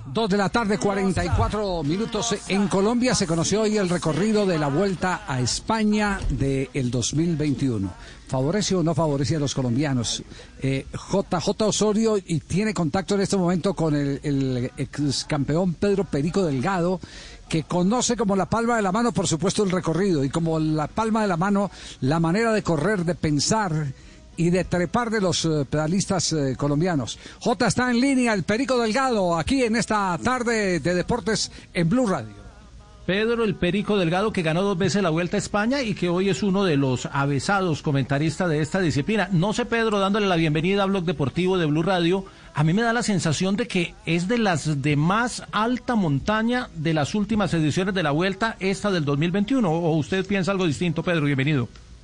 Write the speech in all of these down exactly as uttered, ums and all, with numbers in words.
Dos de la tarde, cuarenta y cuatro minutos. En Colombia se conoció hoy el recorrido de la Vuelta a España del dos mil veintiuno. ¿Favorece o no favorece a los colombianos? Eh, J J Osorio y tiene contacto en este momento con el, el ex campeón Pedro Perico Delgado, que conoce como la palma de la mano, por supuesto, el recorrido, y como la palma de la mano la manera de correr, de pensar y de trepar de los uh, pedalistas uh, colombianos. J, está en línea el Perico Delgado, aquí en esta tarde de deportes en Blue Radio. Pedro el Perico Delgado, que ganó dos veces la Vuelta a España y que hoy es uno de los avesados comentaristas de esta disciplina. No sé, Pedro, dándole la bienvenida a Blog Deportivo de Blue Radio, a mí me da la sensación de que es de las de más alta montaña de las últimas ediciones de la Vuelta, esta del dos mil veintiuno, ¿o usted piensa algo distinto, Pedro? Bienvenido.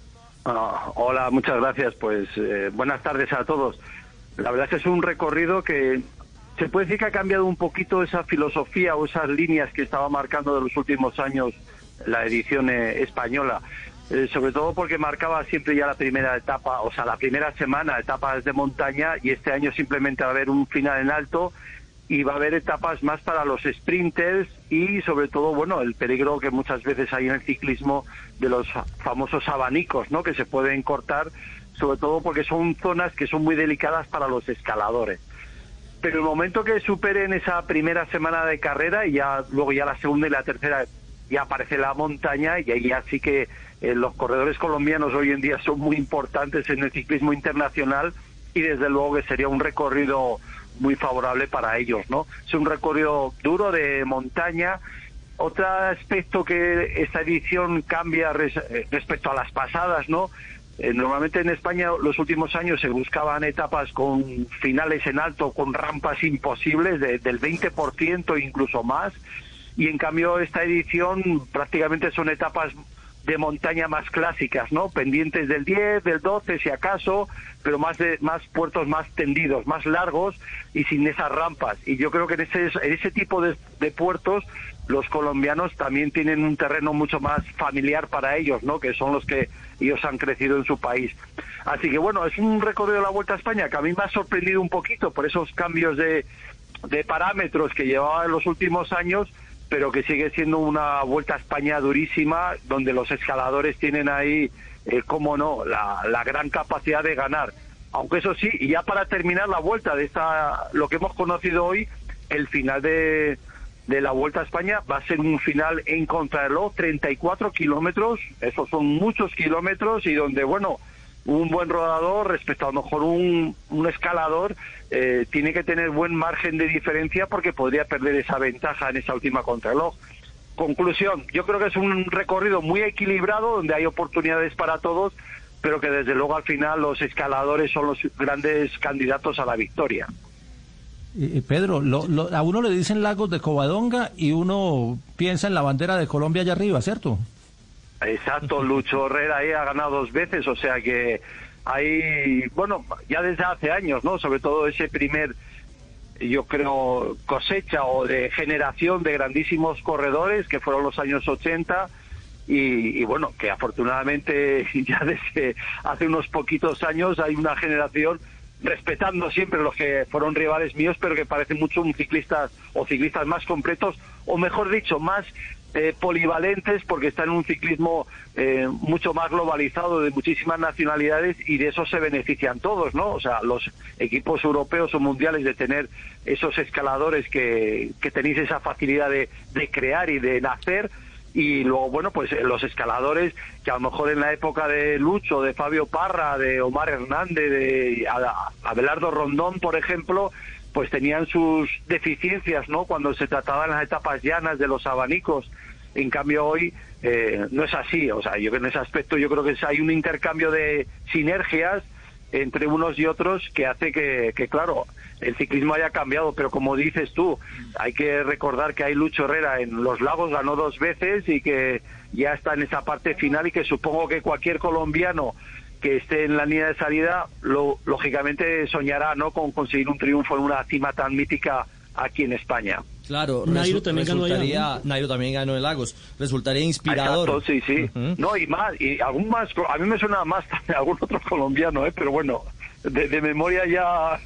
Uh, hola, muchas gracias. Pues eh, buenas tardes a todos. La verdad es que es un recorrido que se puede decir que ha cambiado un poquito esa filosofía o esas líneas que estaba marcando de los últimos años la edición eh, española. Eh, sobre todo porque marcaba siempre ya la primera etapa, o sea, la primera semana, etapas de montaña, y este año simplemente va a haber un final en alto y va a haber etapas más para los sprinters y sobre todo, bueno, el peligro que muchas veces hay en el ciclismo de los famosos abanicos, ¿no?, que se pueden cortar, sobre todo porque son zonas que son muy delicadas para los escaladores. Pero el momento que superen esa primera semana de carrera, y ya luego ya la segunda y la tercera ya aparece la montaña, y ahí ya sí que eh, los corredores colombianos hoy en día son muy importantes en el ciclismo internacional, y desde luego que sería un recorrido muy favorable para ellos, ¿no? Es un recorrido duro de montaña. Otro aspecto que esta edición cambia res, respecto a las pasadas, ¿no? Eh, normalmente en España los últimos años se buscaban etapas con finales en alto, con rampas imposibles de, del veinte por ciento, incluso más, y en cambio esta edición prácticamente son etapas de montaña más clásicas, ¿no? Pendientes del diez, del doce, si acaso, pero más de más puertos más tendidos, más largos y sin esas rampas. Y yo creo que en ese, en ese tipo de, de puertos los colombianos también tienen un terreno mucho más familiar para ellos, ¿no?, que son los que ellos han crecido en su país. Así que bueno, es un recorrido de la Vuelta a España que a mí me ha sorprendido un poquito por esos cambios de, de parámetros que llevaba en los últimos años, pero que sigue siendo una Vuelta a España durísima, donde los escaladores tienen ahí, eh, cómo no, la, la gran capacidad de ganar. Aunque eso sí, y ya para terminar la Vuelta de esta, lo que hemos conocido hoy, el final de, de la Vuelta a España va a ser un final en contrarreloj, treinta y cuatro kilómetros, esos son muchos kilómetros, y donde, bueno, un buen rodador respecto a lo mejor un, un escalador eh, tiene que tener buen margen de diferencia porque podría perder esa ventaja en esa última contrarreloj. Conclusión, yo creo que es un recorrido muy equilibrado donde hay oportunidades para todos, pero que desde luego al final los escaladores son los grandes candidatos a la victoria. Eh, Pedro, lo, lo, a uno le dicen Lagos de Covadonga y uno piensa en la bandera de Colombia allá arriba, ¿cierto? Exacto, Lucho Herrera ahí ha ganado dos veces, o sea que hay, bueno, ya desde hace años, ¿no?, sobre todo ese primer, yo creo, cosecha o de generación de grandísimos corredores que fueron los años ochenta, y, y bueno, que afortunadamente ya desde hace unos poquitos años hay una generación, respetando siempre los que fueron rivales míos, pero que parecen mucho un ciclistas o ciclistas más completos, o mejor dicho, más Eh, polivalentes, porque está en un ciclismo eh, mucho más globalizado, de muchísimas nacionalidades, y de eso se benefician todos, ¿no? O sea, los equipos europeos o mundiales de tener esos escaladores que, que tenéis esa facilidad de, de crear y de nacer, y luego, bueno, pues los escaladores que a lo mejor en la época de Lucho, de Fabio Parra, de Omar Hernández, de Abelardo Rondón, por ejemplo, pues tenían sus deficiencias, ¿no?, cuando se trataban las etapas llanas de los abanicos. En cambio hoy eh, no es así, o sea, yo en ese aspecto yo creo que hay un intercambio de sinergias entre unos y otros que hace que, que claro, el ciclismo haya cambiado, pero como dices tú, hay que recordar que hay Lucho Herrera en los Lagos, ganó dos veces y que ya está en esa parte final, y que supongo que cualquier colombiano que esté en la línea de salida, lo, lógicamente soñará, ¿no?, con conseguir un triunfo en una cima tan mítica aquí en España. Claro, Nairo resu también ganó allá, ¿no? Nairo también ganó en Lagos, resultaría inspirador. Exacto, sí, sí. Uh-huh. No, y más, y algún más, a mí me suena más algún otro colombiano, ¿eh? Pero bueno, de, de memoria ya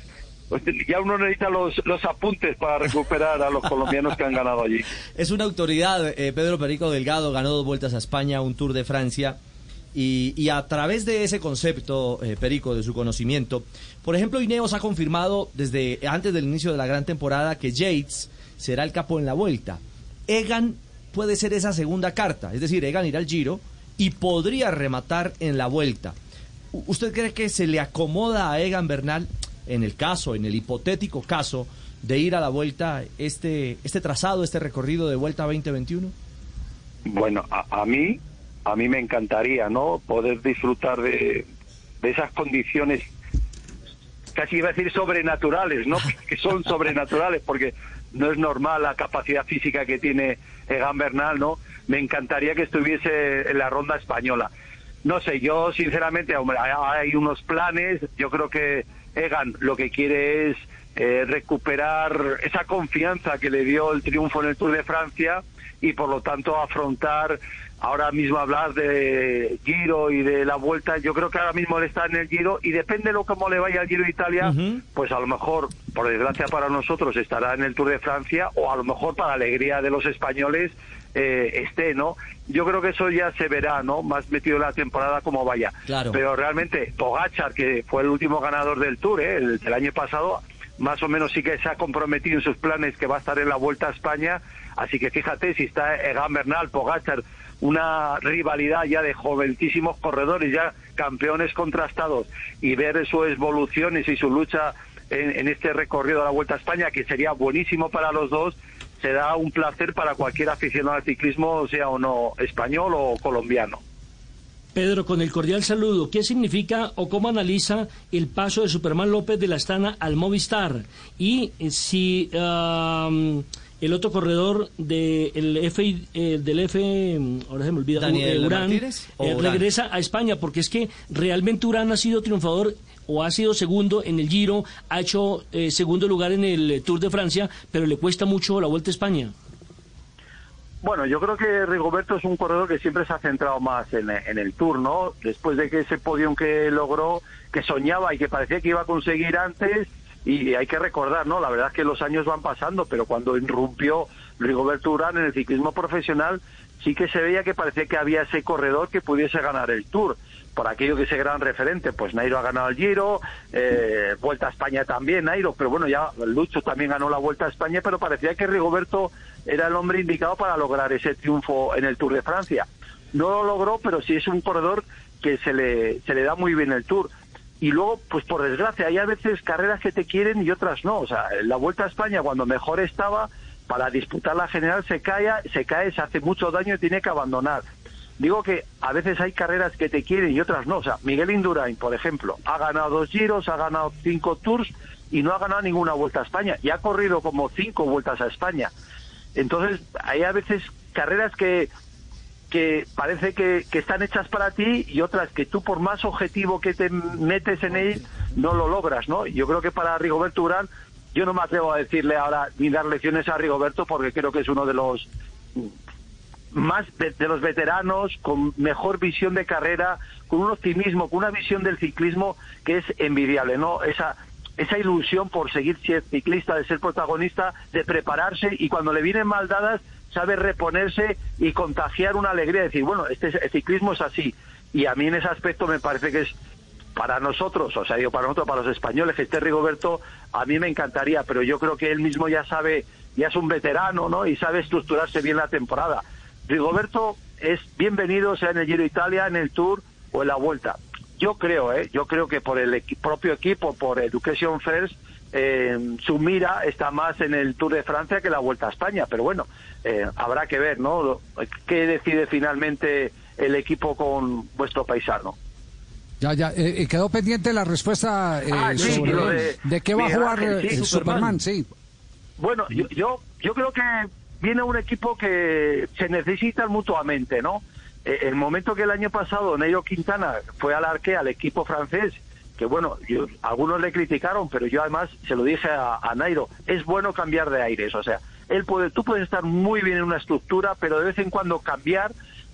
Ya uno necesita los, los apuntes para recuperar a los colombianos que han ganado allí. Es una autoridad, eh, Pedro Perico Delgado ganó dos vueltas a España, un Tour de Francia, y, y a través de ese concepto, eh, Perico, de su conocimiento, por ejemplo, Ineos ha confirmado desde antes del inicio de la gran temporada que Yates será el capo en la Vuelta. Egan puede ser esa segunda carta, es decir, Egan irá al Giro y podría rematar en la Vuelta. ¿Usted cree que se le acomoda a Egan Bernal, en el caso, en el hipotético caso, de ir a la Vuelta, este este trazado, este recorrido de Vuelta veinte veintiuno? Bueno, a, a mí a mí me encantaría, ¿no?, poder disfrutar de, de esas condiciones, casi iba a decir sobrenaturales, ¿no?, que son sobrenaturales, porque no es normal la capacidad física que tiene Egan Bernal, ¿no? Me encantaría que estuviese en la ronda española. No sé, yo sinceramente, hombre, hay unos planes, yo creo que Egan lo que quiere es eh, recuperar esa confianza que le dio el triunfo en el Tour de Francia y por lo tanto afrontar, ahora mismo hablar de Giro y de la Vuelta, yo creo que ahora mismo él está en el Giro y depende de lo cómo le vaya al Giro de Italia, uh-huh. pues a lo mejor, por desgracia para nosotros, estará en el Tour de Francia o a lo mejor para alegría de los españoles eh, esté, ¿no? Yo creo que eso ya se verá, ¿no?, más metido en la temporada como vaya. Claro. Pero realmente Pogačar, que fue el último ganador del Tour, ¿eh?, el, el año pasado, más o menos sí que se ha comprometido en sus planes que va a estar en la Vuelta a España, así que fíjate, si está Egan Bernal, Pogačar, una rivalidad ya de jovencísimos corredores, ya campeones contrastados, y ver sus evoluciones y su lucha en, en este recorrido de la Vuelta a España, que sería buenísimo para los dos, será un placer para cualquier aficionado al ciclismo, sea o no español o colombiano. Pedro, con el cordial saludo, ¿qué significa o cómo analiza el paso de Superman López de la Astana al Movistar? Y si um, el otro corredor de el F, eh, del F, ahora se me olvida, Daniel eh, Urán, eh, Urán regresa a España, porque es que realmente Urán ha sido triunfador o ha sido segundo en el Giro, ha hecho eh, segundo lugar en el Tour de Francia, pero le cuesta mucho la Vuelta a España. Bueno, yo creo que Rigoberto es un corredor que siempre se ha centrado más en, en el Tour, ¿no? Después de que ese podium que logró, que soñaba y que parecía que iba a conseguir antes, y hay que recordar, ¿no?, la verdad es que los años van pasando, pero cuando irrumpió Rigoberto Urán en el ciclismo profesional, sí que se veía que parecía que había ese corredor que pudiese ganar el Tour, por aquello que ese gran referente. Pues Nairo ha ganado el Giro, eh, Vuelta a España también Nairo, pero bueno, ya Lucho también ganó la Vuelta a España, pero parecía que Rigoberto era el hombre indicado para lograr ese triunfo en el Tour de Francia. No lo logró, pero sí es un corredor que se le, se le da muy bien el Tour. Y luego, pues por desgracia, hay a veces carreras que te quieren y otras no. O sea, la Vuelta a España, cuando mejor estaba, para disputar la general se cae, se cae, se hace mucho daño y tiene que abandonar. Digo que a veces hay carreras que te quieren y otras no. O sea, Miguel Indurain, por ejemplo, ha ganado dos giros, ha ganado cinco tours y no ha ganado ninguna Vuelta a España. Y ha corrido como cinco vueltas a España. Entonces, hay a veces carreras que que parece que, que están hechas para ti y otras que tú, por más objetivo que te metes en él, no lo logras, ¿no? Yo creo que para Rigoberto Urán, yo no me atrevo a decirle ahora ni dar lecciones a Rigoberto, porque creo que es uno de los más de, de los veteranos con mejor visión de carrera, con un optimismo, con una visión del ciclismo que es envidiable, ¿no? Esa esa ilusión por seguir ser ciclista, de ser protagonista, de prepararse, y cuando le vienen mal dadas sabe reponerse y contagiar una alegría, decir, bueno, este el ciclismo es así. Y a mí en ese aspecto me parece que es para nosotros, o sea, digo para nosotros, para los españoles, que esté Rigoberto, a mí me encantaría, pero yo creo que él mismo ya sabe, ya es un veterano, ¿no?, y sabe estructurarse bien la temporada. Rigoberto es bienvenido, sea en el Giro de Italia, en el Tour o en la Vuelta. Yo creo, ¿eh? Yo creo que por el equi- propio equipo, por Education First, eh, su mira está más en el Tour de Francia que la Vuelta a España, pero bueno, eh, habrá que ver, ¿no?, qué decide finalmente el equipo con vuestro paisano. Ya, ya, eh, quedó pendiente la respuesta eh, ah, sí, sobre de, de qué va a jugar Ángel, sí, el Superman. Superman, sí. Bueno, yo, yo, yo creo que viene un equipo que se necesitan mutuamente, ¿no? Eh, el momento que el año pasado Nairo Quintana fue al arqué al equipo francés, que bueno, yo, algunos le criticaron, pero yo además se lo dije a, a Nairo, es bueno cambiar de aires, o sea, él puede, tú puedes estar muy bien en una estructura, pero de vez en cuando cambiar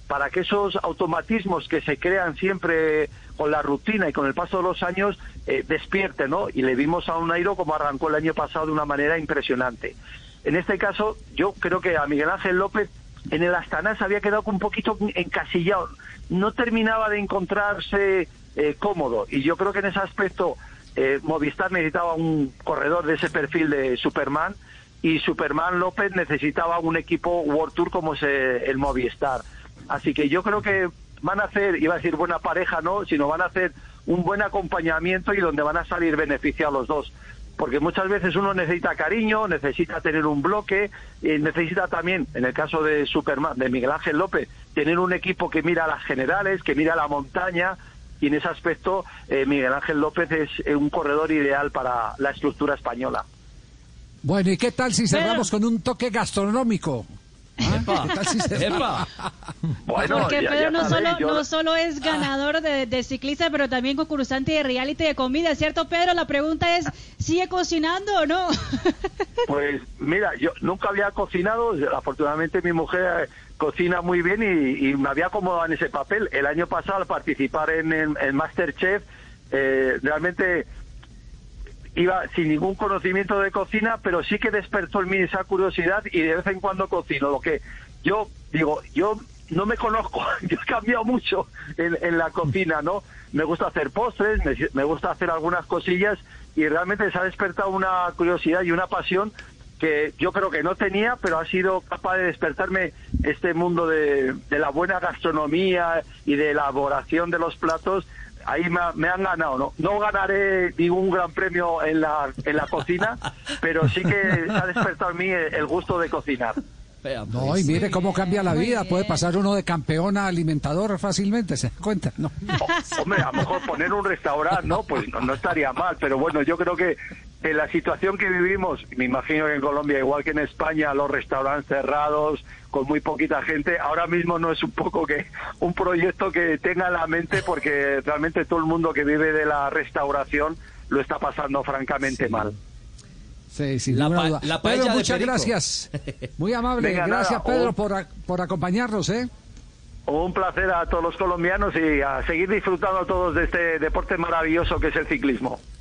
para que esos automatismos que se crean siempre con la rutina y con el paso de los años eh, despierten, ¿no? Y le vimos a Onairo como arrancó el año pasado de una manera impresionante. En este caso, yo creo que a Miguel Ángel López en el Astana se había quedado un poquito encasillado, no terminaba de encontrarse eh, cómodo, y yo creo que en ese aspecto eh, Movistar necesitaba un corredor de ese perfil de Superman, y Superman López necesitaba un equipo World Tour como es eh, el Movistar. Así que yo creo que van a hacer, iba a decir buena pareja, no, sino van a hacer un buen acompañamiento y donde van a salir beneficiados los dos. Porque muchas veces uno necesita cariño, necesita tener un bloque, y necesita también, en el caso de Superman, de Miguel Ángel López, tener un equipo que mira a las generales, que mira a la montaña, y en ese aspecto eh, Miguel Ángel López es eh, un corredor ideal para la estructura española. Bueno, ¿y qué tal si cerramos Pero... con un toque gastronómico? ¿Ah? ¿Qué tal si se... Bueno, porque ya, Pedro ya no, sabéis, solo, yo... no solo es ganador de, de ciclista, pero también concursante de reality de comida, ¿cierto, Pedro? La pregunta es, ¿sigue cocinando o no? Pues mira, yo nunca había cocinado, afortunadamente mi mujer cocina muy bien y, y me había acomodado en ese papel. El año pasado, al participar en el, el MasterChef, eh, realmente iba sin ningún conocimiento de cocina, pero sí que despertó en mí esa curiosidad y de vez en cuando cocino. Lo que yo digo, yo no me conozco, yo he cambiado mucho en, en la cocina, ¿no? Me gusta hacer postres, me, me gusta hacer algunas cosillas y realmente se ha despertado una curiosidad y una pasión que yo creo que no tenía, pero ha sido capaz de despertarme este mundo de, de la buena gastronomía y de elaboración de los platos. Ahí me, me han ganado, ¿no? No ganaré ningún gran premio en la en la cocina, pero sí que ha despertado en mí el, el gusto de cocinar. No, y mire cómo cambia la vida. Puede pasar uno de campeón a alimentador fácilmente, ¿se da cuenta? No. Oh, hombre, a lo mejor poner un restaurante, ¿no? Pues no, no estaría mal, pero bueno, yo creo que en la situación que vivimos, me imagino que en Colombia, igual que en España, los restaurantes cerrados, con muy poquita gente, ahora mismo no es un poco que un proyecto que tenga en la mente, porque realmente todo el mundo que vive de la restauración lo está pasando francamente sí. mal. Sí, sin la, duda. la Pedro, muchas gracias. Muy amable. Venga, gracias, nada, Pedro, un... por, a, por acompañarnos, ¿eh? Un placer a todos los colombianos y a seguir disfrutando todos de este deporte maravilloso que es el ciclismo.